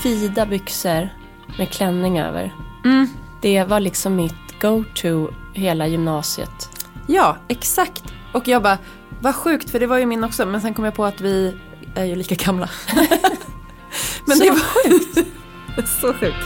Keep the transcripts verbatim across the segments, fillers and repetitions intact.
vida byxor med klänning över. Mm. Det var liksom mitt go-to hela gymnasiet. Ja, exakt. Och jag bara, vad sjukt, för det var ju min också. Men sen kom jag på att vi är ju lika gamla. Men så det var sjukt. Så sjukt.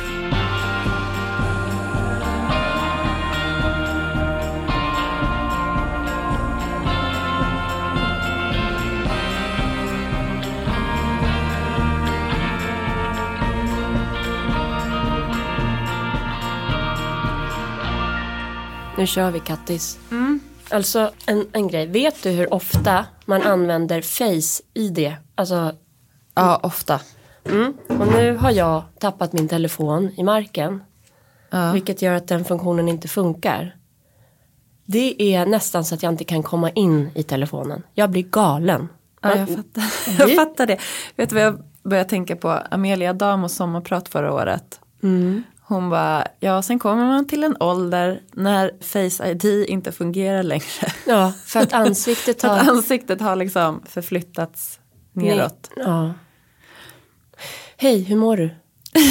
Nu kör vi, Kattis. Mm. Alltså, en, en grej. Vet du hur ofta man använder Face-I D? Alltså... Ja, ofta. Mm. Och nu har jag tappat min telefon i marken. Ja. Vilket gör att den funktionen inte funkar. Det är nästan så att jag inte kan komma in i telefonen. Jag blir galen. Ja, jag fattar. Jag fattar det. Vet du vad jag började tänka på? Amelia Dam och sommarprat förra året. Mm. Hon bara, ja, sen kommer man till en ålder när Face I D inte fungerar längre. Ja, för att ansiktet har... För att ansiktet har liksom förflyttats neråt. Nej. Ja. Hej, hur mår du?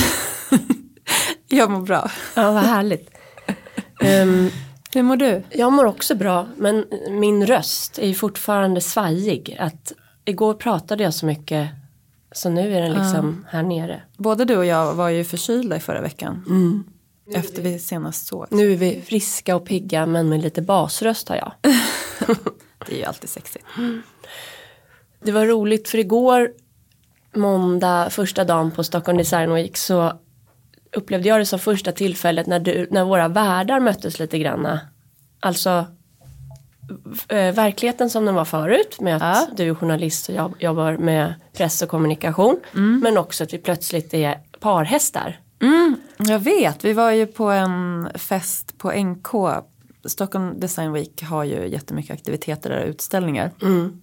Jag mår bra. Ja, vad härligt. Um, hur mår du? Jag mår också bra, men min röst är ju fortfarande svajig. Att igår pratade jag så mycket, så nu är den liksom ja. här nere. Både du och jag var ju förkylda i förra veckan. Mm. Efter vi senast såg. Nu är vi friska och pigga, men med lite basröst har jag. Det är ju alltid sexigt. Mm. Det var roligt, för igår, måndag, första dagen på Stockholm Design Week, så upplevde jag det som första tillfället när, du, när våra världar möttes lite granna. Alltså äh, verkligheten som den var förut, med att ja. du är journalist och jag jobbar med press och kommunikation. Mm. Men också att vi plötsligt är parhästar. Mm, jag vet, vi var ju på en fest på N K. Stockholm Design Week har ju jättemycket aktiviteter och utställningar. Mm.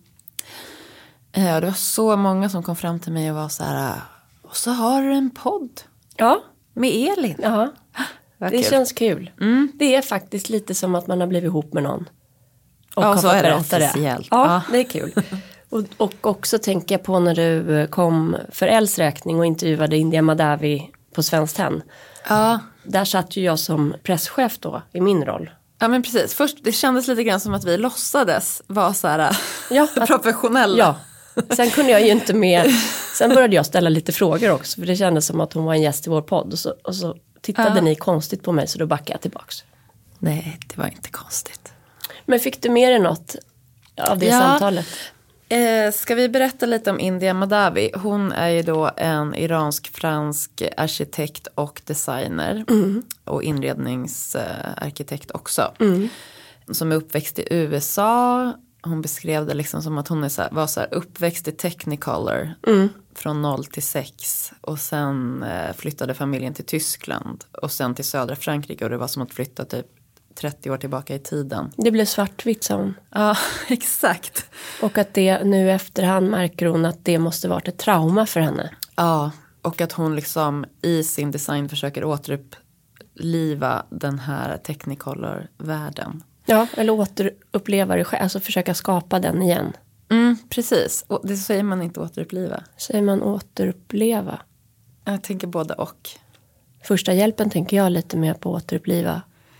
Ja, det var så många som kom fram till mig och var så här, och så har du en podd. Ja. Med Elin. Ja, det kul. Känns kul. Mm. Det är faktiskt lite som att man har blivit ihop med någon. Och ja, har så fått är det berätta officiellt. Det. Ja, ja, det är kul. och, och också tänker jag på när du kom för Els räkning och intervjuade India Mahdavi på Svenskt Tenn. Ja. Där satt ju jag som presschef då, i min roll. Ja, men precis. Först, det kändes lite grann som att vi låtsades vara så här ja, att, professionella. Ja. Sen kunde jag ju inte med. Sen började jag ställa lite frågor också. För det kändes som att hon var en gäst i vår podd. Och så, och så tittade ja. ni konstigt på mig, så då backade jag tillbaks. Nej, det var inte konstigt. Men fick du med dig något av det ja. samtalet? Eh, ska vi berätta lite om India Mahdavi? Hon är ju då en iransk-fransk arkitekt och designer. Mm. Och inredningsarkitekt också. Mm. Som är uppväxt i U S A. Hon beskrev det liksom som att hon är så här, var så här uppväxt i Technicolor mm. från noll till sex. Och sen eh, flyttade familjen till Tyskland och sen till södra Frankrike. Och det var som att flytta typ trettio år tillbaka i tiden. Det blev svartvitt, sa hon. Ja, exakt. Och att det nu efterhand märker hon att det måste varit ett trauma för henne. Ja, och att hon liksom i sin design försöker återuppliva den här Technicolor-världen. Ja, eller återuppleva det själv, alltså försöka skapa den igen. Mm, precis, och det säger man inte återuppliva. Säger man återuppleva? Jag tänker både och. Första hjälpen tänker jag lite mer på återuppliva.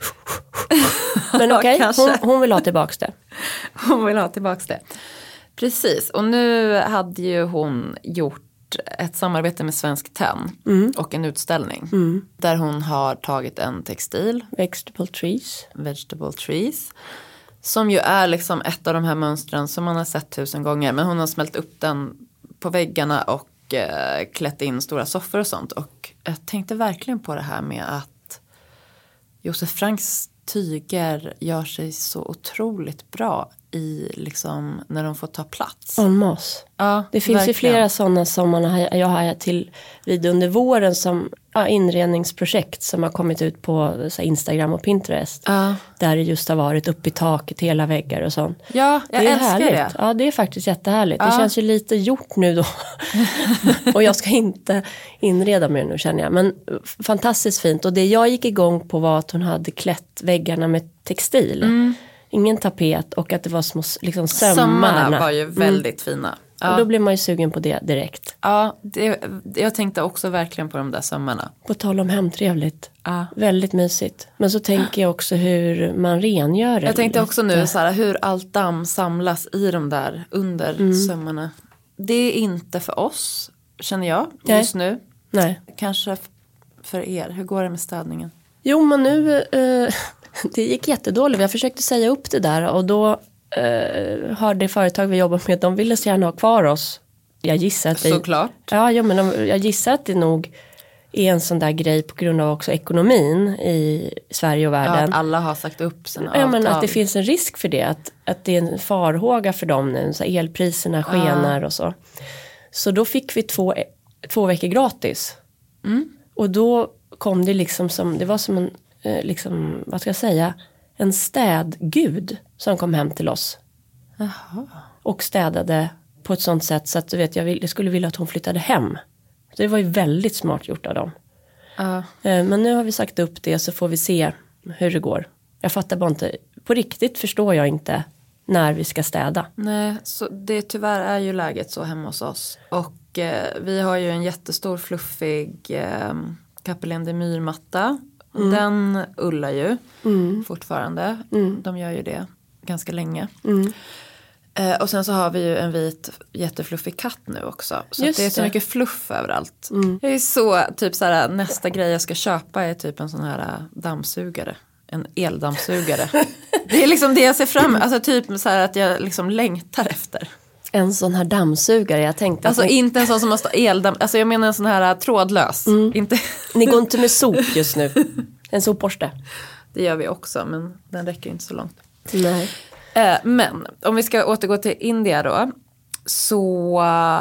Men okej, okay, hon, hon vill ha tillbaka det. Hon vill ha tillbaka det. Precis, och nu hade ju hon gjort ett samarbete med Svenskt Tenn mm. och en utställning mm. där hon har tagit en textil Vegetable Trees Vegetable Trees som ju är liksom ett av de här mönstren som man har sett tusen gånger, men hon har smält upp den på väggarna och eh, klätt in stora soffor och sånt. Och jag tänkte verkligen på det här med att Josef Franks tyger gör sig så otroligt bra i liksom när de får ta plats. En mass. Ja, det finns verkligen ju flera sådana som man har, jag har till vid under våren som ja, inredningsprojekt som har kommit ut på så Instagram och Pinterest. Ja. Där det just har varit upp i taket, hela väggar och sånt. Ja, jag det är älskar härligt. det. Ja, det är faktiskt jättehärligt. Ja. Det känns ju lite gjort nu då. Och jag ska inte inreda mig nu, känner jag. Men fantastiskt fint. Och det jag gick igång på var att hon hade klätt väggarna med textil. Mm. Ingen tapet och att det var små liksom sömmarna. Sömmarna var ju väldigt mm. fina. Ja. Och då blir man ju sugen på det direkt. Ja, det, jag tänkte också verkligen på de där sömmarna. På tal om hemtrevligt. Ja. Väldigt mysigt. Men så tänker jag också hur man rengör det. Jag tänkte också lite. nu så här, hur allt damm samlas i de där under mm. sömmarna. Det är inte för oss, känner jag, just Nej. nu. Nej. Kanske för er. Hur går det med städningen? Jo, men nu... Eh, det gick jättedåligt. Jag försökte säga upp det där. Och då eh, har det företag vi jobbar med, de ville så gärna ha kvar oss. Jag gissar att det... Såklart. Ja, ja, men de, jag gissar att det nog är en sån där grej på grund av också ekonomin i Sverige och världen. Ja, att alla har sagt upp sina ja, avtal. Men att det finns en risk för det. Att, att det är en farhåga för dem nu. Så elpriserna skenar ja. och så. Så då fick vi två, två veckor gratis. Mm. Och då kom det liksom som, det var som en, eh, liksom, vad ska jag säga, en städgud som kom hem till oss. Jaha. Och städade på ett sånt sätt så att du vet, jag, vill, jag skulle vilja att hon flyttade hem. Så det var ju väldigt smart gjort av dem. Uh. Eh, men nu har vi sagt upp det, så får vi se hur det går. Jag fattar bara inte, på riktigt förstår jag inte när vi ska städa. Nej, så det tyvärr är ju läget så hemma hos oss. Och eh, vi har ju en jättestor fluffig eh, Capelin de myrmatta. Mm. Den ullar ju mm. fortfarande. Mm. De gör ju det ganska länge. Mm. Eh, och sen så har vi ju en vit jättefluffig katt nu också. Så att det är så det. mycket fluff överallt. Mm. Jag är så, typ så här, nästa grej jag ska köpa är typ en sån här dammsugare. En eldammsugare. Det är liksom det jag ser fram emot. Alltså typ så här att jag liksom längtar efter. En sån här dammsugare, jag tänkte. Alltså ni... inte en sån som måste eldamm. Alltså jag menar en sån här trådlös. Mm. Inte... Ni går inte med sop just nu. En sopborste. Det gör vi också, men den räcker inte så långt. Nej. Eh, men om vi ska återgå till India då. Så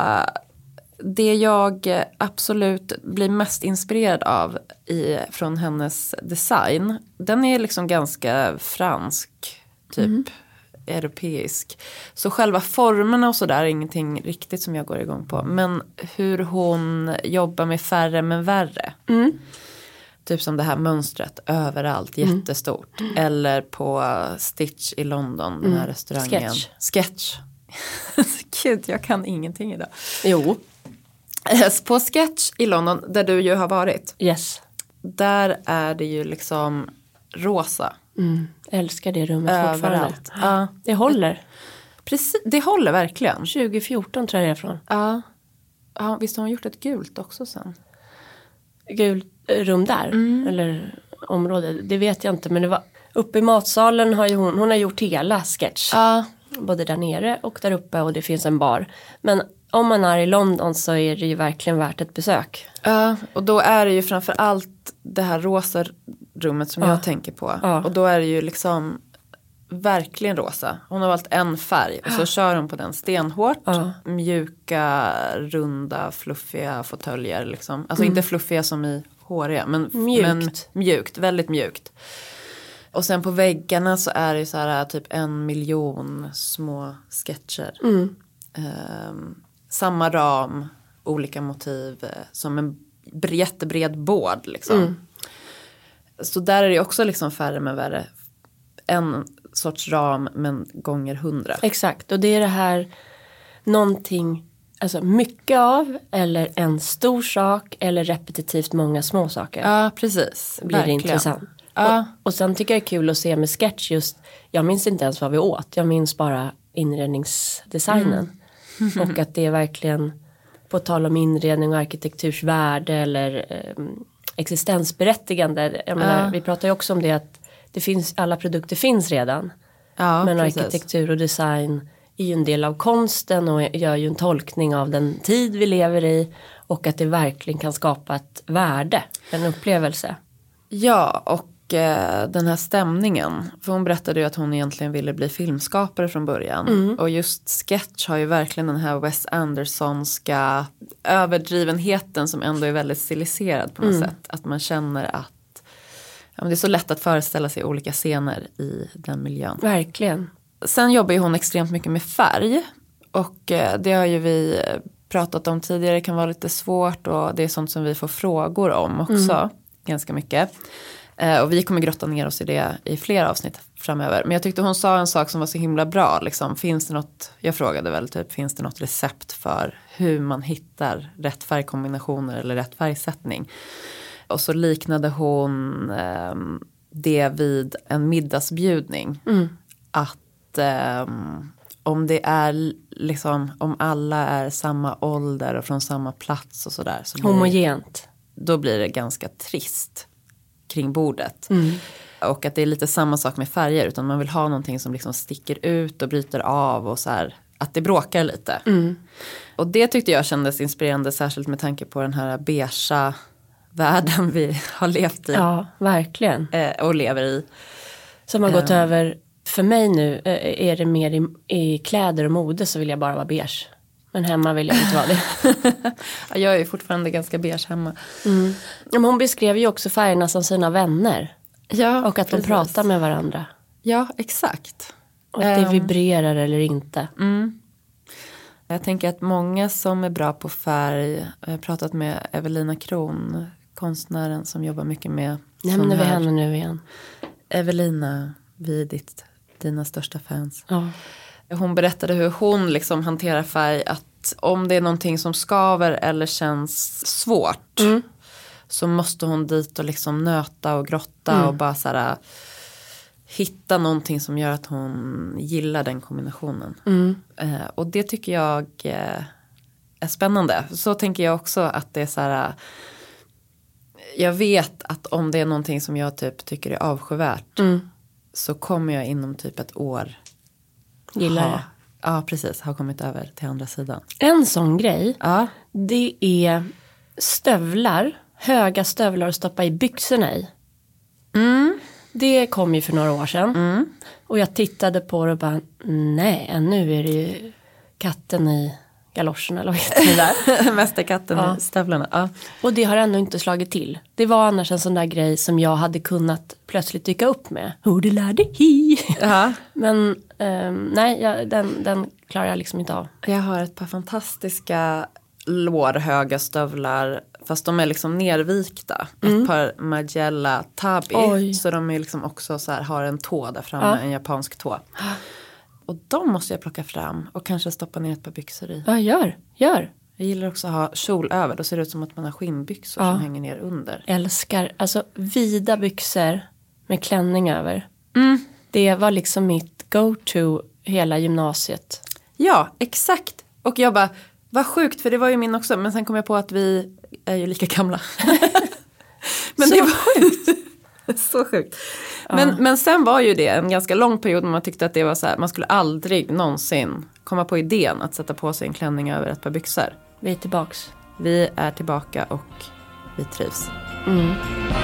det jag absolut blir mest inspirerad av i, från hennes design. Den är liksom ganska fransk typ. Mm. Europeisk. Så själva formerna och sådär är ingenting riktigt som jag går igång på. Men hur hon jobbar med färre men värre. Mm. Typ som det här mönstret överallt, mm. jättestort. Mm. Eller på Stitch i London, mm. den här restaurangen. Sketch. Sketch. Gud, jag kan ingenting idag. Jo. På Sketch i London, där du ju har varit. Yes. Där är det ju liksom rosa. Mm. Älskar det rummet fortfarande. Ja. Det håller. Precis, det håller verkligen. tjugo fjorton tror jag det är från. Ja. Ja, visst har hon gjort ett gult också sen. Gult rum där? Mm. Eller område? Det vet jag inte. Men det var uppe i matsalen har ju hon, hon har gjort hela Sketch. Ja. Både där nere och där uppe, och det finns en bar. Men om man är i London så är det ju verkligen värt ett besök. Ja, och då är det ju framför allt det här rosa rummet som ja. jag tänker på. Ja. Och då är det ju liksom verkligen rosa. Hon har valt en färg och så ja. kör hon på den stenhårt. Ja. Mjuka, runda, fluffiga fåtöljer liksom. Alltså mm. inte fluffiga som i håriga, men mjukt. men mjukt, väldigt mjukt. Och sen på väggarna så är det så här typ en miljon små sketcher. Mm. Um, samma ram, olika motiv, som en jättebred båd liksom. Mm. Så där är det också liksom färre men värre. En sorts ram men gånger hundra. Exakt, och det är det här någonting, alltså mycket av, eller en stor sak, eller repetitivt många små saker. Ja, precis. Blir verkligen. det intressant. Ja. Och, och sen tycker jag det är kul att se med Sketch just, jag minns inte ens vad vi åt, jag minns bara inredningsdesignen. Mm. Och att det är verkligen, på tal om inredning och arkitektursvärde eller eh, existensberättigande. Jag menar, ja. vi pratar ju också om det att det finns, alla produkter finns redan. Ja, men precis. Arkitektur och design är ju en del av konsten och gör ju en tolkning av den tid vi lever i. Och att det verkligen kan skapa ett värde, en upplevelse. Ja, och eh, den här stämningen. För hon berättade ju att hon egentligen ville bli filmskapare från början. Mm. Och just Sketch har ju verkligen den här Wes Andersonska överdrivenheten som ändå är väldigt stiliserad på något mm. sätt. Att man känner att ja, men det är så lätt att föreställa sig olika scener i den miljön. Verkligen. Sen jobbar ju hon extremt mycket med färg. Och eh, det har ju vi pratat om tidigare. Det kan vara lite svårt och det är sånt som vi får frågor om också. Mm. Ganska mycket. Eh, och vi kommer grotta ner oss i det i flera avsnitt framöver. Men jag tyckte hon sa en sak som var så himla bra. Liksom, finns det något, jag frågade väl typ, finns det något recept för hur man hittar rätt färgkombinationer eller rätt färgsättning? Och så liknade hon eh, det vid en middagsbjudning. Mm. Att eh, om det är liksom, om alla är samma ålder och från samma plats och sådär. Så homogent. Då blir det ganska trist kring bordet. Mm. Och att det är lite samma sak med färger. Utan man vill ha någonting som liksom sticker ut och bryter av. Och så här, att det bråkar lite. Mm. Och det tyckte jag kändes inspirerande. Särskilt med tanke på den här beigea världen vi har levt i. Ja, verkligen. Eh, och lever i. Som har gått um. över, för mig nu eh, är det mer i, i kläder och mode så vill jag bara vara beige. Men hemma vill jag inte vara det. Jag är fortfarande ganska beige hemma. Mm. Men hon beskrev ju också färgerna som sina vänner. Ja, och att precis. De pratar med varandra. Ja, exakt. Och att det vibrerar eller inte. Mm. Jag tänker att många som är bra på färg. Jag har pratat med Evelina Kron, konstnären som jobbar mycket med. Nämner vi henne nu igen? Evelina, vi är ditt, dina största fans. Ja. Hon berättade hur hon liksom hanterar färg. Att om det är någonting som skaver eller känns svårt. Mm. Så måste hon dit och liksom nöta och grotta. Mm. Och bara så här, hitta någonting som gör att hon gillar den kombinationen. Mm. Eh, och det tycker jag eh, är spännande. Så tänker jag också att det är så här. Jag vet att om det är någonting som jag typ tycker är avskyvärt. Mm. Så kommer jag inom typ ett år. Gillar det. Ja, precis. Har kommit över till andra sidan. En sån grej. Ja. Det är stövlar. Höga stövlar att stoppa i byxorna i. Mm. Det kom ju för några år sedan. Mm. Och jag tittade på det och bara, nej, nu är det ju katten i galoscherna. Eller vad heter det där? Mästerkatten ja. I stövlarna. Ja. Och det har ändå inte slagit till. Det var annars en sån där grej som jag hade kunnat plötsligt dyka upp med. Hur det lärde hi. Ja. Men um, nej, jag, den, den klarar jag liksom inte av. Jag har ett par fantastiska lårhöga stövlar. Fast de är liksom nervikta. Mm. Ett par Margiela Tabi. Oj. Så de är liksom också så här, har en tå där framme. Ja. En japansk tå. Och de måste jag plocka fram. Och kanske stoppa ner ett par byxor i. Ja, gör. Gör. Jag gillar också att ha kjol över. Då ser det ut som att man har skinnbyxor ja. Som hänger ner under. Älskar. Alltså vida byxor med klänning över. Mm. Det var liksom mitt go-to hela gymnasiet. Ja, exakt. Och jag bara, vad sjukt. För det var ju min också. Men sen kom jag på att vi är ju lika gamla. Men så det var sjukt. Så sjukt. Men, ja. Men sen var ju det en ganska lång period när man tyckte att det var så här, man skulle aldrig någonsin komma på idén att sätta på sig en klänning över ett par byxor. Vi är tillbaks. Vi är tillbaka och vi trivs. Mm.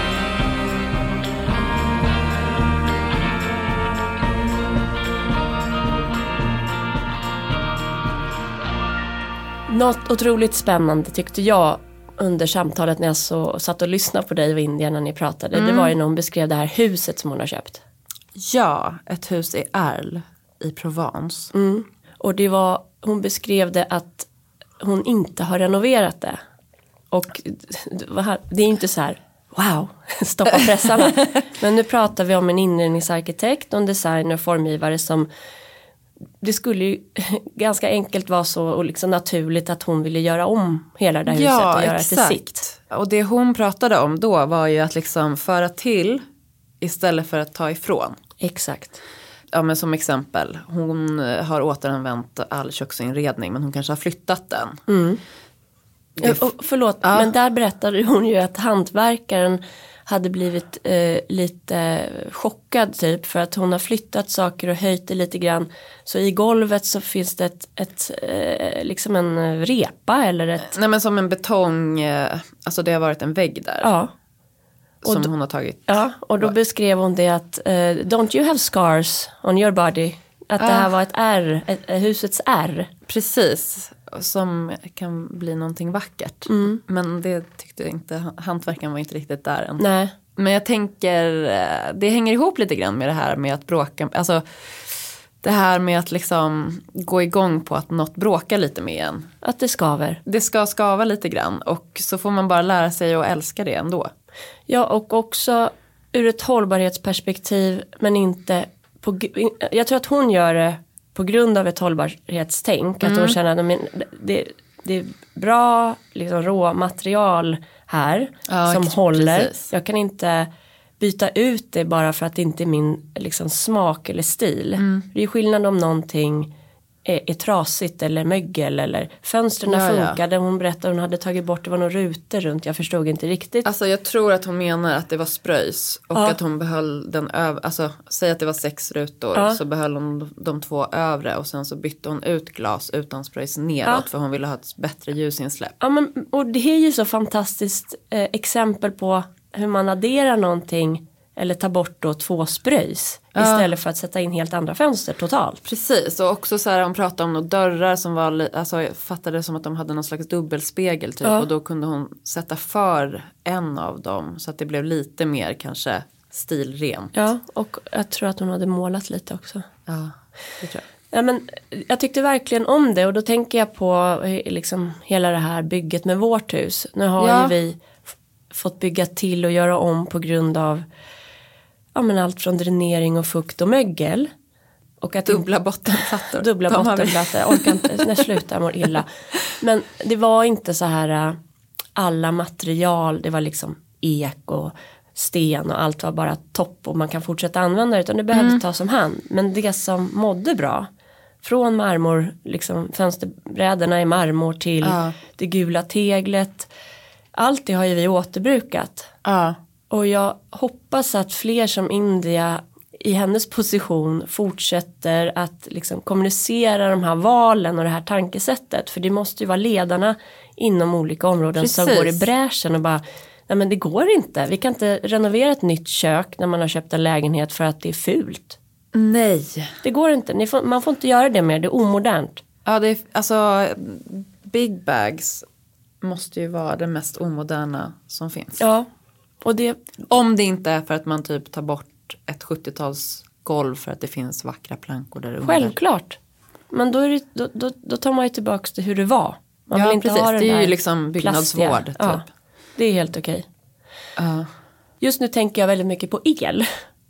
Något otroligt spännande tyckte jag under samtalet när jag så, satt och lyssnade på dig och Indien när ni pratade. Mm. Det var ju när hon beskrev det här huset som hon har köpt. Ja, ett hus i Arles i Provence. Mm. Och det var, hon beskrev det att hon inte har renoverat det. Och det är inte så här, wow, stoppa pressarna. Men nu pratar vi om en inredningsarkitekt och en designer och formgivare som det skulle ju ganska enkelt vara så och liksom naturligt att hon ville göra om hela det här huset ja, och göra exakt. det till sitt. Och det hon pratade om då var ju att liksom föra till istället för att ta ifrån. Exakt. Ja, men som exempel, hon har återanvänt all köksinredning men hon kanske har flyttat den. Mm. Det... Och, förlåt, ja. Men där berättade hon ju att hantverkaren hade blivit eh, lite chockad typ för att hon har flyttat saker och höjt det lite grann. Så i golvet så finns det ett, ett eh, liksom en repa eller ett... Nej men som en betong, eh, alltså det har varit en vägg där. Ja. Som och då, hon har tagit. Ja, och då beskrev hon det att uh, don't you have scars on your body? Att ah. det här var ett R, ett, ett husets R. Precis, som kan bli någonting vackert. Mm. Men det tyckte inte, hantverken var inte riktigt där än. Nej. Men jag tänker, det hänger ihop lite grann med det här med att bråka. Alltså det här med att liksom gå igång på att något bråkar lite med en. Att det skaver. Det ska skava lite grann och så får man bara lära sig att älska det ändå. Ja, och också ur ett hållbarhetsperspektiv, men inte på, jag tror att hon gör det på grund av ett hållbarhetstänk. Mm. Att hon känner att det, det är bra liksom, råmaterial här ja, som håller. Precis. Jag kan inte byta ut det bara för att det inte är min liksom, smak eller stil. Mm. Det är skillnad om någonting är, är trasigt eller mögel eller fönstren ja, funkade. Ja. Hon berättade att hon hade tagit bort, det var några rutor runt. Jag förstod inte riktigt. Alltså jag tror att hon menar att det var spröjs och ja. Att hon behöll den över, alltså säg att det var sex rutor ja. Så behöll hon de två övre och sen så bytte hon ut glas utan spröjs neråt ja. För hon ville ha ett bättre ljusinsläpp. Ja men och det är ju så fantastiskt eh, exempel på hur man adderar någonting eller tar bort då två spröjs ja. Istället för att sätta in helt andra fönster totalt. Precis, och också så här hon pratade om några dörrar som var, alltså jag fattade det som att de hade någon slags dubbelspegel typ ja. Och då kunde hon sätta för en av dem så att det blev lite mer kanske stilrent. Ja, och jag tror att hon hade målat lite också. Ja, det tror jag. Ja, men jag tyckte verkligen om det och då tänker jag på liksom hela det här bygget med vårt hus. Nu har ja. Ju vi fått bygga till och göra om på grund av ja, men allt från dränering och fukt och mögel. Och att dubbla bottenplattor. Dubbla bottenplattor. Orkar inte, när slutar jag mår illa. Men det var inte så här alla material, det var liksom ek och sten och allt var bara topp och man kan fortsätta använda det utan det behövde mm. tas om hand. Men det som mådde bra, från marmor, liksom fönsterbrädorna i marmor till ja. Det gula teglet. Allt det har ju vi återbrukat. Ja. Och jag hoppas att fler som India i hennes position fortsätter att liksom kommunicera de här valen och det här tankesättet. För det måste ju vara ledarna inom olika områden Precis. Som går i bräschen och bara, nej men det går inte. Vi kan inte renovera ett nytt kök när man har köpt en lägenhet för att det är fult. Nej. Det går inte. Ni får, man får inte göra det mer, det är omodernt. Ja, det är, alltså big bags måste ju vara det mest omoderna som finns. Ja. Och det, om det inte är för att man typ tar bort ett sjuttio-tals golv för att det finns vackra plankor där under. Självklart. Men då, är det, då, då, då tar man ju tillbaka till hur det var. Man ja, vill inte precis. ha det är ju liksom byggnadsvård. Typ. Ja, det är helt okej. Uh. Just nu tänker jag väldigt mycket på el.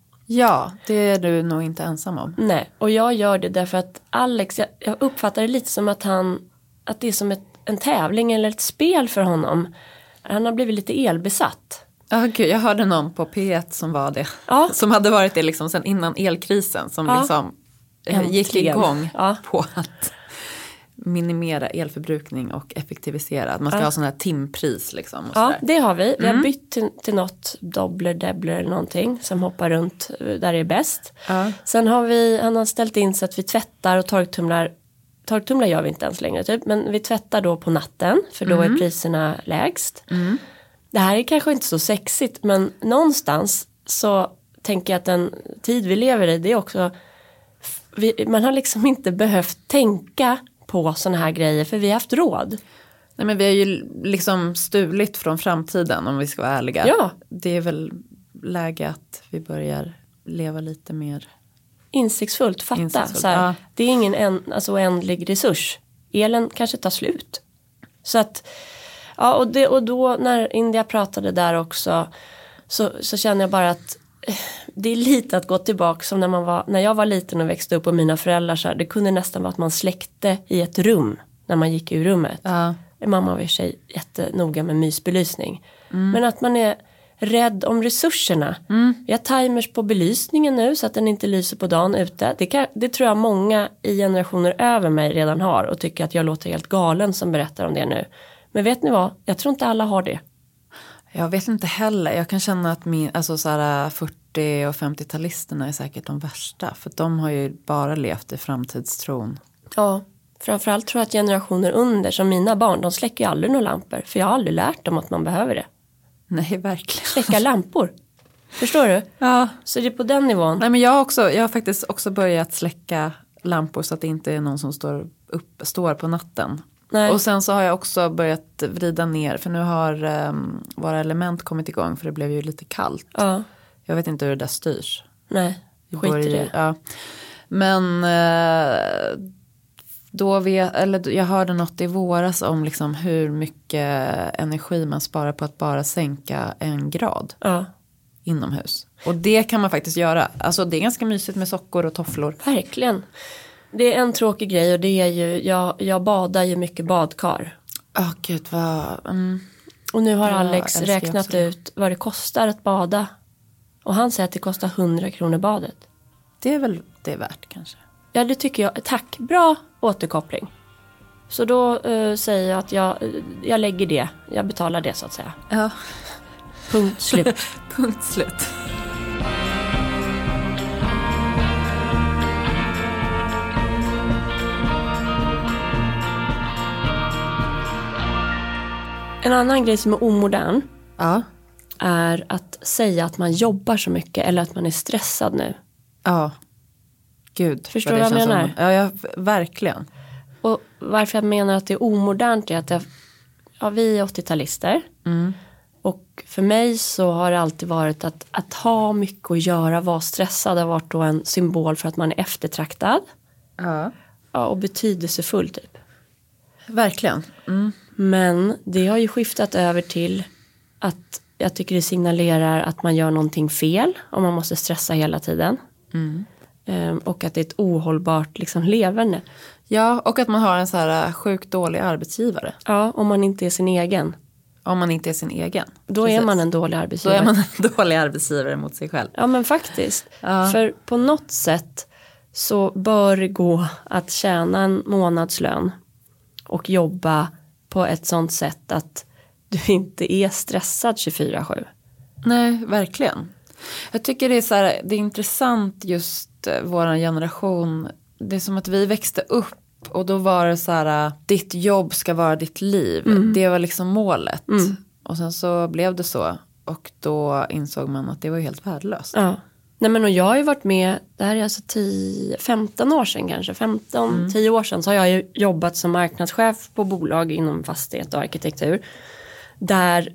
Ja, det är du nog inte ensam om. Nej, och jag gör det därför att Alex, jag, jag uppfattar det lite som att han, att det är som ett, en tävling eller ett spel för honom. Han har blivit lite elbesatt. Ja, gud, jag hörde någon på P ett som var det. Ja. Som hade varit det liksom sen innan elkrisen. Som ja. Liksom Äntligen. Gick igång ja. På att minimera elförbrukning och effektivisera. Man ska ja. ha sån här timpris liksom. Och ja, det har vi. Vi har mm. bytt till, till något dobbler, debbler eller någonting som hoppar runt där det är bäst. Ja. Sen har vi, han har ställt in så att vi tvättar och torktumlar. Torktumlar gör vi inte ens längre typ. Men vi tvättar då på natten för då mm. är priserna lägst. Mm. Det här är kanske inte så sexigt men någonstans så tänker jag att den tid vi lever i det är också vi, man har liksom inte behövt tänka på såna här grejer för vi har haft råd. Nej men vi har ju liksom stulit från framtiden om vi ska vara ärliga. Ja. Det är väl läge att vi börjar leva lite mer insiktsfullt, fatta. Insiktsfullt. Så här, ja. Det är ingen en, alltså oändlig resurs. Elen kanske tar slut. Så att ja, och, det, och då när India pratade där också så, så känner jag bara att eh, det är lite att gå tillbaka som när, man var, när jag var liten och växte upp och mina föräldrar så här, det kunde nästan vara att man släckte i ett rum när man gick ur rummet. Ja. Mamma var i sig jättenoga med mysbelysning. Mm. Men att man är rädd om resurserna. Mm. Vi har timers på belysningen nu så att den inte lyser på dagen ute. Det, kan, det tror jag många i generationer över mig redan har och tycker att jag låter helt galen som berättar om det nu. Men vet ni vad? Jag tror inte alla har det. Jag vet inte heller. Jag kan känna att min, alltså så här fyrtio- och femtio-talisterna är säkert de värsta. För de har ju bara levt i framtidstron. Ja, framförallt tror jag att generationer under som mina barn, de släcker ju aldrig några lampor. För jag har aldrig lärt dem att man behöver det. Nej, verkligen. Släcka lampor. Förstår du? Ja. Så det är på den nivån. Nej, men jag har, också, jag har faktiskt också börjat släcka lampor så att det inte är någon som står, upp, står på natten. Nej. Och sen så har jag också börjat vrida ner. För nu har um, våra element kommit igång. För det blev ju lite kallt. Ja. Jag vet inte hur det där styrs. Nej, skit i det. Ja. Men uh, då vet, eller jag hörde något i våras om liksom hur mycket energi man sparar på att bara sänka en grad. Ja. inomhus. Och det kan man faktiskt göra. Alltså det är ganska mysigt med sockor och tofflor. Verkligen. Det är en tråkig grej och det är ju, jag, jag badar ju mycket badkar. Åh oh, gud vad... Mm. Och nu har Ja, Alex räknat ut vad det kostar att bada. Och han säger att det kostar hundra kronor badet. Det är väl det är värt kanske. Ja, det tycker jag. Tack, bra återkoppling. Så då uh, säger jag att jag, jag lägger det. Jag betalar det så att säga. Ja. Punkt slut. Punkt slut. En annan grej som är omodern Ja. är att säga att man jobbar så mycket eller att man är stressad nu. Ja. Gud. Förstår du vad jag menar? Som, ja, ja, verkligen. Och varför jag menar att det är omodernt är att jag, ja, vi är åttio-talister. Mm. Och för mig så har det alltid varit att, att ha mycket att göra, vara stressad har varit då en symbol för att man är eftertraktad. Ja. Ja, och betydelsefull typ. Verkligen. Mm. Men det har ju skiftat över till att jag tycker det signalerar att man gör någonting fel och man måste stressa hela tiden. Mm. Um, och att det är ett ohållbart liksom, leverne. Ja, och att man har en så här sjukt dålig arbetsgivare. Ja, om man inte är sin egen. Om man inte är sin egen. Då Precis. är man en dålig arbetsgivare. Då är man en dålig arbetsgivare mot sig själv. Ja, men faktiskt. Ja. För på något sätt så bör det gå att tjäna en månadslön och jobba på ett sånt sätt att du inte är stressad tjugofyra sju. Nej, verkligen. Jag tycker det är så här, det är intressant just eh, våran generation. Det är som att vi växte upp och då var det så här, ditt jobb ska vara ditt liv. Mm. Det var liksom målet. Mm. Och sen så blev det så. Och då insåg man att det var helt värdelöst. Ja. Nej, men och jag har ju varit med, det här är alltså tio, femton år sedan kanske, femton, mm. tio år sedan så har jag ju jobbat som marknadschef på bolag inom fastighet och arkitektur. Där,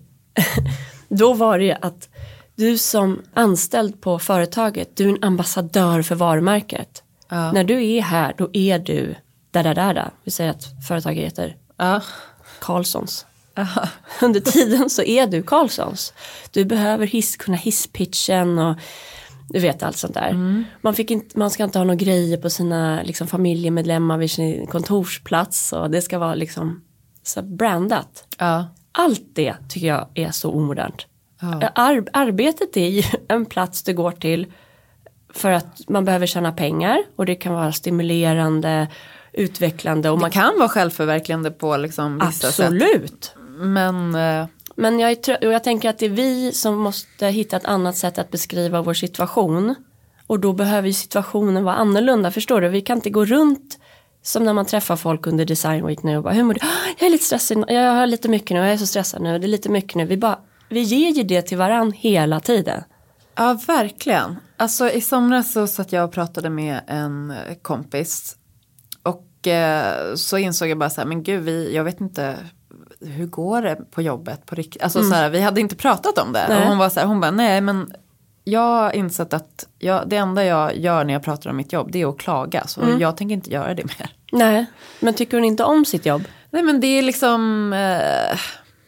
då var det att du som anställd på företaget, du är en ambassadör för varumärket. Ja. När du är här, då är du där, där, där, där. Vi säger att företaget heter ja. Carlssons. Aha. Under tiden så är du Carlssons. Du behöver hiss, kunna hisspitchen och du vet allt sånt där. Mm. Man, fick inte, man ska inte ha några grejer på sina liksom, familjemedlemmar vid sin kontorsplats. Och det ska vara liksom så brandat. Ja. Allt det tycker jag är så omodernt. Ja. Ar- arbetet är ju en plats du går till för att man behöver tjäna pengar. Och det kan vara stimulerande, utvecklande. Och det man kan vara självförverkligande på liksom vissa absolut. sätt. Absolut. Men... Uh... Men jag, är, och jag tänker att det är vi som måste hitta ett annat sätt att beskriva vår situation. Och då behöver ju situationen vara annorlunda, förstår du? Vi kan inte gå runt som när man träffar folk under Design Week nu och bara, hur mår du? Jag är lite stressad, jag har lite mycket nu, jag är så stressad nu, det är lite mycket nu. Vi, bara, vi ger ju det till varann hela tiden. Ja, verkligen. Alltså i somras så satt jag och pratade med en kompis. Och eh, så insåg jag bara så här, men gud, vi, jag vet inte... hur går det på jobbet på riktigt? Alltså mm. så här, vi hade inte pratat om det. Nej. Och hon var så här, hon bara, nej men jag har insett att jag, det enda jag gör när jag pratar om mitt jobb, det är att klaga. Så mm. jag tänker inte göra det mer. Nej, men tycker hon inte om sitt jobb? Nej, men det är liksom, eh,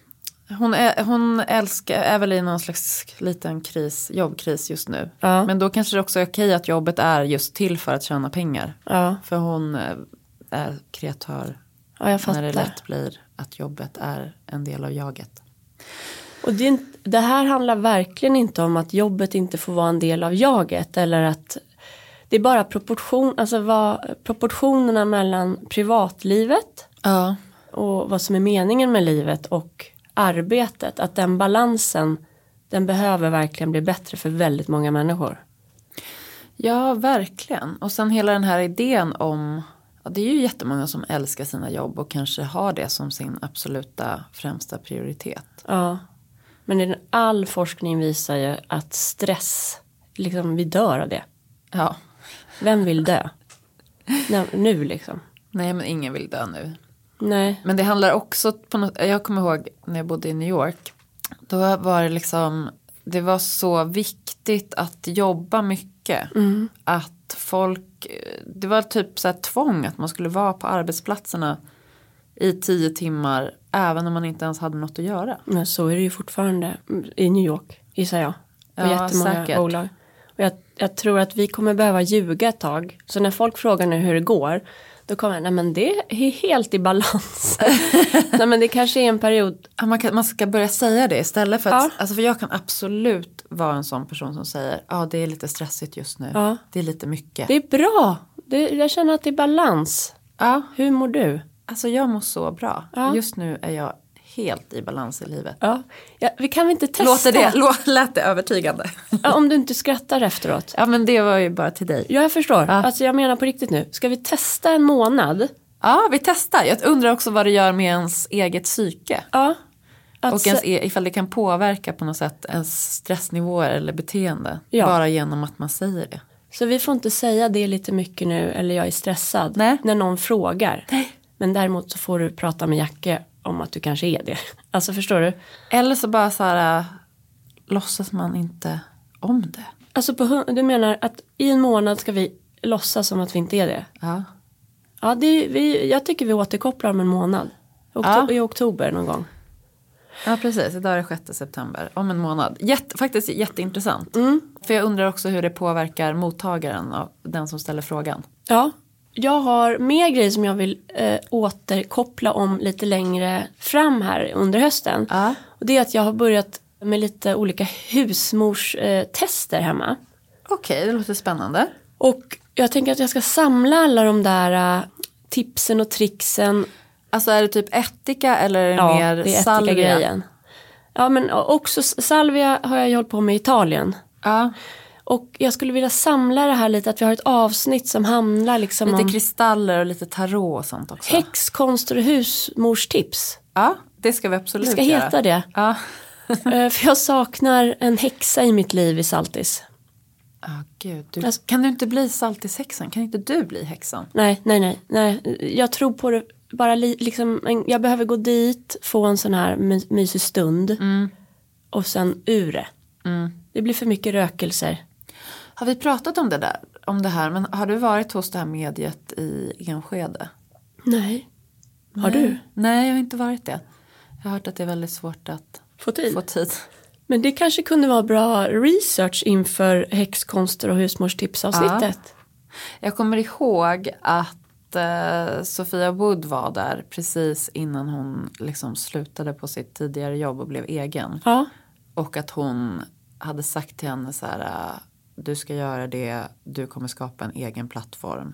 hon, är, hon älskar, är väl i någon slags liten kris, jobbkris just nu. Ja. Men då kanske det också är okej att jobbet är just till för att tjäna pengar. Ja. För hon är kreatör. Ja, jag fattar. När det lätt blir att jobbet är en del av jaget. Och det, det här handlar verkligen inte om att jobbet inte får vara en del av jaget. Eller att det är bara proportion, alltså vad, proportionerna mellan privatlivet ja. Och vad som är meningen med livet och arbetet. Att den balansen, den behöver verkligen bli bättre för väldigt många människor. Ja, verkligen. Och sen hela den här idén om... Det är ju jättemånga som älskar sina jobb och kanske har det som sin absoluta främsta prioritet. Ja, men all forskning visar ju att stress, liksom vi dör av det. Ja. Vem vill dö? Nu liksom. Nej, men ingen vill dö nu. Nej. Men det handlar också på något, jag kommer ihåg när jag bodde i New York. Då var det liksom, det var så viktigt att jobba mycket. Mm. Att folk, det var typ så här tvång att man skulle vara på arbetsplatserna i tio timmar även om man inte ens hade något att göra. Men så är det ju fortfarande i New York, gissar jag. på Ja, jättemånga säkert. bolag. Och jag, jag tror att vi kommer behöva ljuga ett tag. Så när folk frågar nu hur det går, då kommer jag, nej men det är helt i balans. Nej men det kanske är en period. Ja, man, kan, man ska börja säga det istället för att, Ja. alltså för jag kan absolut vara en sån person som säger, ja det är lite stressigt just nu, Ja. det är lite mycket. Det är bra. Det, jag känner att det är balans. Ja, Hur mår du? alltså jag mår så bra. Ja. Just nu är jag helt i balans i livet. Ja. Ja, vi kan väl inte testa? Låter det, lå, lät det övertygande? Ja, om du inte skrattar efteråt. Ja men det var ju bara till dig. Ja, jag förstår. Ja. Alltså jag menar på riktigt nu. Ska vi testa en månad? Ja, vi testar. Jag undrar också vad det gör med ens eget psyke. Ja. Att Och ens, ifall det kan påverka på något sätt ens stressnivåer eller beteende. Ja. Bara genom att man säger det. Så vi får inte säga det är lite mycket nu eller jag är stressad. Nej. När någon frågar. Nej. Men däremot så får du prata med Jacke om att du kanske är det. Alltså förstår du? Eller så bara så här, äh, låtsas man inte om det. Alltså på, hu- du menar att i en månad ska vi låtsas som att vi inte är det? Ja. Ja, det är, vi, jag tycker vi återkopplar om en månad. Okto- Ja. I oktober någon gång. Ja, precis. Idag är det sjätte september. Om en månad. Jätte, faktiskt jätteintressant. Mm. För jag undrar också hur det påverkar mottagaren av den som ställer frågan. Ja, jag har mer grejer som jag vill eh, återkoppla om lite längre fram här under hösten. Ja. Och det är att jag har börjat med lite olika husmorstester eh, tester hemma. Okej, det låter spännande. Och jag tänker att jag ska samla alla de där uh, tipsen och tricksen. Alltså är det typ ättika eller är det Ja, mer det är salvia? ättika-grejen. Ja, men också salvia har jag ju hållit på med i Italien. Ja, Och jag skulle vilja samla det här lite, att vi har ett avsnitt som handlar liksom lite om kristaller och lite tarot och sånt också. häxkonster och husmorstips. Ja, det ska vi absolut Det ska göra. heta det. Ja. Eh, För jag saknar en häxa i mitt liv i Saltis. Ja, gud. Du, Alltså- kan du inte bli saltishäxan? Kan inte du bli häxan? Nej, nej, nej, nej. Jag tror på det bara li, liksom, en, jag behöver gå dit, få en sån här my, mysig stund. Mm. Och sen ur det. Mm. Det blir för mycket rökelser. Har vi pratat om det där? Om det här, men har du varit hos det här mediet i Enskede? Nej. Har Nej. du? Nej, jag har inte varit det. Jag har hört att det är väldigt svårt att Få tid? få tid. Men det kanske kunde vara bra research inför häxkonster och husmorstipsavsnittet. Jag kommer ihåg att eh, Sofia Wood var där precis innan hon liksom slutade på sitt tidigare jobb och blev egen. Ja. Och att hon hade sagt till henne så här, äh, du ska göra det, du kommer skapa en egen plattform.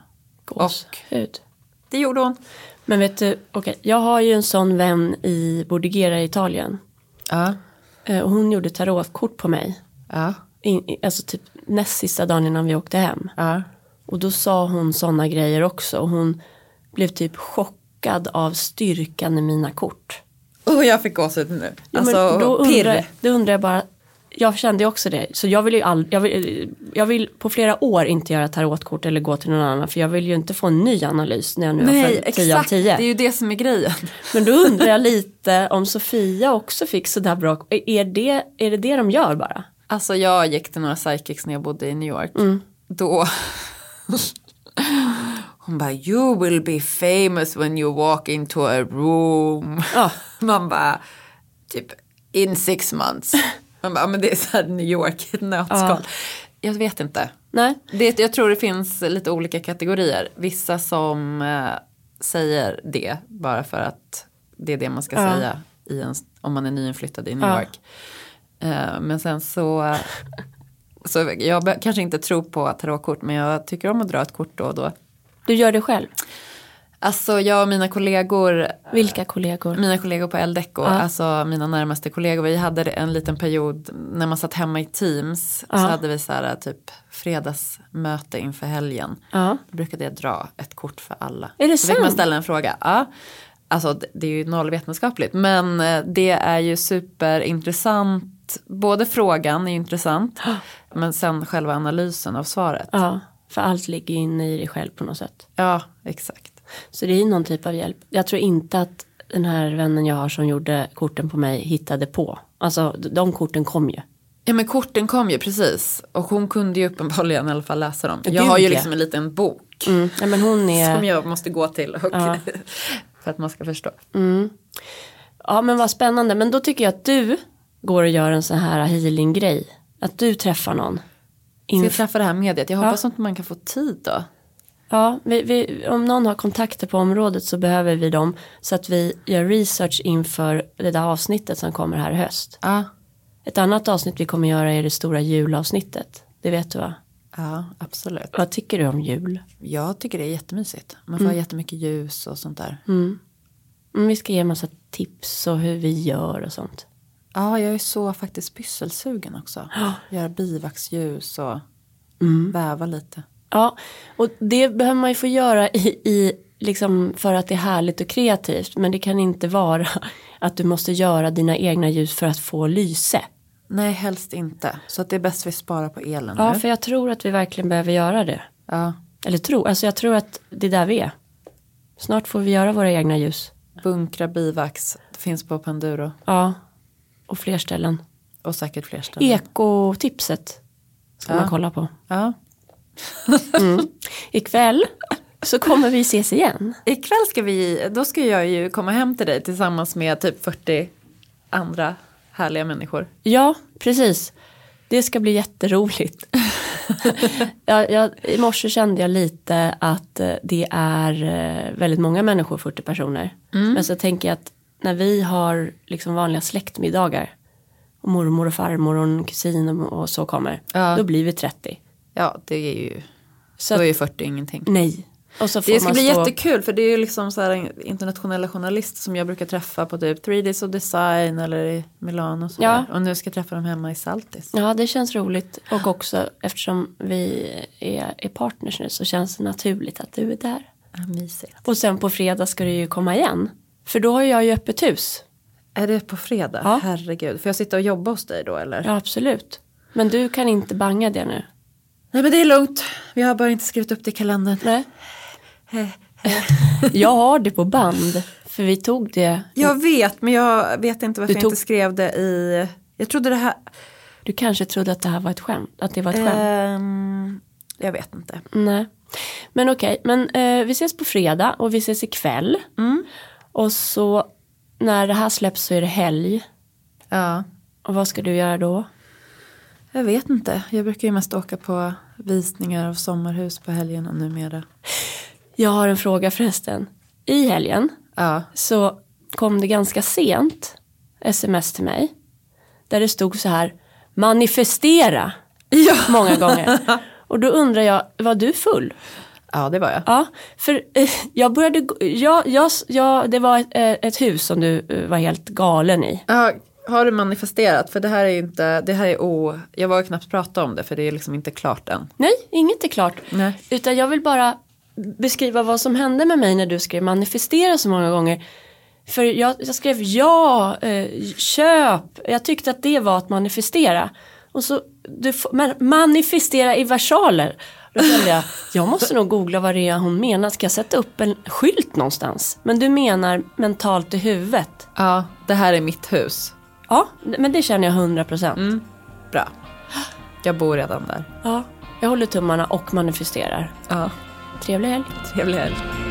Gåshud. Det gjorde hon. Men vet du, okej, jag har ju en sån vän i Bordighera i Italien. Ja. Eh, Och hon gjorde tarotkort på mig. Ja. In, i- alltså typ näst sista dagen innan vi åkte hem. Ja. Och då sa hon såna grejer också. Och hon blev typ chockad av styrkan i mina kort. Och jag fick gåshud nu. Ja, Alltså, men då, pirr. undrar, då undrar jag bara, jag kände ju också det. Så jag vill ju all, jag, vill, jag vill på flera år inte göra tarotkort eller gå till någon annan. För jag vill ju inte få en ny analys när jag nu Nej, har följt tio av exakt. tio. Det är ju det som är grejen. Men då undrar jag lite om Sofia också fick sådär bra. Är det, är det det de gör bara? Alltså jag gick till några psychics när jag bodde i New York. Mm. Då... Hon bara, you will be famous when you walk into a room. Ja. Man bara, typ, in six months. Man bara, men det är så här New York i ett nötskal. Ja. Jag vet inte. Nej. Det, jag tror det finns lite olika kategorier. Vissa som eh, säger det bara för att det är det man ska Ja. säga i en, om man är nyinflyttad i New Ja. York. Eh, men sen så, så jag be- kanske inte tror på tarotkort, men jag tycker om att dra ett kort då och då. Du gör det själv? Alltså jag och mina kollegor, Vilka kollegor? mina kollegor på Eldeco, Ja. alltså mina närmaste kollegor, vi hade en liten period när man satt hemma i Teams, Ja. så hade vi så här typ fredagsmöte inför helgen. Ja. Då brukade jag dra ett kort för alla. Är det så fick man sant? ställa en fråga. Ja. Alltså det- det är ju nollvetenskapligt, men eh, det är ju superintressant. Både frågan är intressant, men sen själva analysen av svaret. Ja, för allt ligger inne i dig själv på något sätt. Ja, exakt. Så det är någon typ av hjälp. Jag tror inte att den här vännen jag har som gjorde korten på mig hittade på. Alltså de korten kom ju. Ja, men korten kom ju precis. Och hon kunde ju uppenbarligen i alla fall läsa dem. Gud, Jag har ju ja. liksom en liten bok Mm. Ja, men hon är... som jag måste gå till och, Ja. för att man ska förstå. Mm. Ja, men vad spännande. Men då tycker jag att du går och gör en sån här healing-grej. Att du träffar någon. Ska jag träffa det här mediet? Jag hoppas ja. att man kan få tid då. Ja, vi, vi, om någon har kontakter på området så behöver vi dem. Så att vi gör research inför det där avsnittet som kommer här i höst. Ja. Ett annat avsnitt vi kommer göra är det stora julavsnittet. Det vet du va? Ja, absolut. Vad tycker du om jul? Jag tycker det är jättemysigt. Man får mm. ha jättemycket ljus och sånt där. Mm. Men vi ska ge en massa tips och hur vi gör och sånt. Ja, jag är så faktiskt pysselsugen också. Ja. Göra bivaxljus och mm. väva lite. Ja, och det behöver man ju få göra i, i liksom för att det är härligt och kreativt. Men det kan inte vara att du måste göra dina egna ljus för att få lyse. Nej, helst inte. Så att det är bäst att vi sparar på elen. Ja, nu. för jag tror att vi verkligen behöver göra det. Ja. Eller tro, alltså jag tror att det är där vi är. Snart får vi göra våra egna ljus. Bunkra bivax, det finns på Panduro. Ja, och fler ställen. Och säkert fler ställen. Ekotipset ska ja. man kolla på. Ja. mm. Ikväll så kommer vi ses igen. Ikväll ska vi, då ska jag ju komma hem till dig tillsammans med typ fyrtio andra härliga människor. Ja, precis. Det ska bli jätteroligt. jag, jag, I morse kände jag lite att det är väldigt många människor, fyrtio personer. Mm. Men så tänker jag att när vi har liksom vanliga släktmiddagar och mormor och farmor och en kusin och, och så kommer, ja. Då blir vi trettio. Ja, det är ju, så då är ju fyrtio ingenting. Nej. Och så får det ska man bli stå... jättekul för det är ju liksom så här internationella journalister som jag brukar träffa på typ tre Ds of Design eller i Milano och så ja. Och nu ska jag träffa dem hemma i Saltis. Ja, det känns roligt. Och också eftersom vi är, är partners nu så känns det naturligt att du är där. Ja, mysigt. Och sen på fredag ska du ju komma igen. För då har jag ju öppet hus. Är det på fredag? Ja. Herregud. Får jag sitta och jobba hos dig då eller? Ja, absolut. Men du kan inte banga det nu. Nej, men det är lugnt. Vi har bara inte skrivit upp det i kalendern. Nej. Jag har det på band. För vi tog det. Jag vet, men jag vet inte varför tog... jag inte skrev det i... Jag trodde det här... Du kanske trodde att det här var ett skämt. Att det var ett skämt. Um, jag vet inte. Nej. Men okej. Men eh, vi ses på fredag. Och vi ses ikväll. Mm. Och så när det här släpps så är det helg. Ja. Och vad ska du göra då? Jag vet inte. Jag brukar ju mest åka på visningar av sommarhus på helgen och numera. Jag har en fråga förresten. I helgen ja. så kom det ganska sent sms till mig. Där det stod så här, manifestera. Ja. Många gånger. Och då undrar jag, var du full? Ja, det var jag. Ja, för eh, jag började, jag, jag, jag, det var ett, ett hus som du eh, var helt galen i. Ja, har du manifesterat? För det här är inte, det här är o, jag vågar knappt prata om det för det är liksom inte klart än. Nej, inget är klart. Nej. Utan jag vill bara beskriva vad som hände med mig när du skrev manifestera så många gånger. För jag, jag skrev ja, eh, köp. Jag tyckte att det var att manifestera. Och så, du får, men manifestera i versaler. Då kände jag, jag måste nog googla vad det är hon menar. Ska jag sätta upp en skylt någonstans? Men du menar mentalt i huvudet. Ja, det här är mitt hus. Ja, men det känner jag hundra procent. Mm, bra. Jag bor redan där. Ja, jag håller tummarna och manifesterar. Ja. Trevlig helg. Trevlig helg.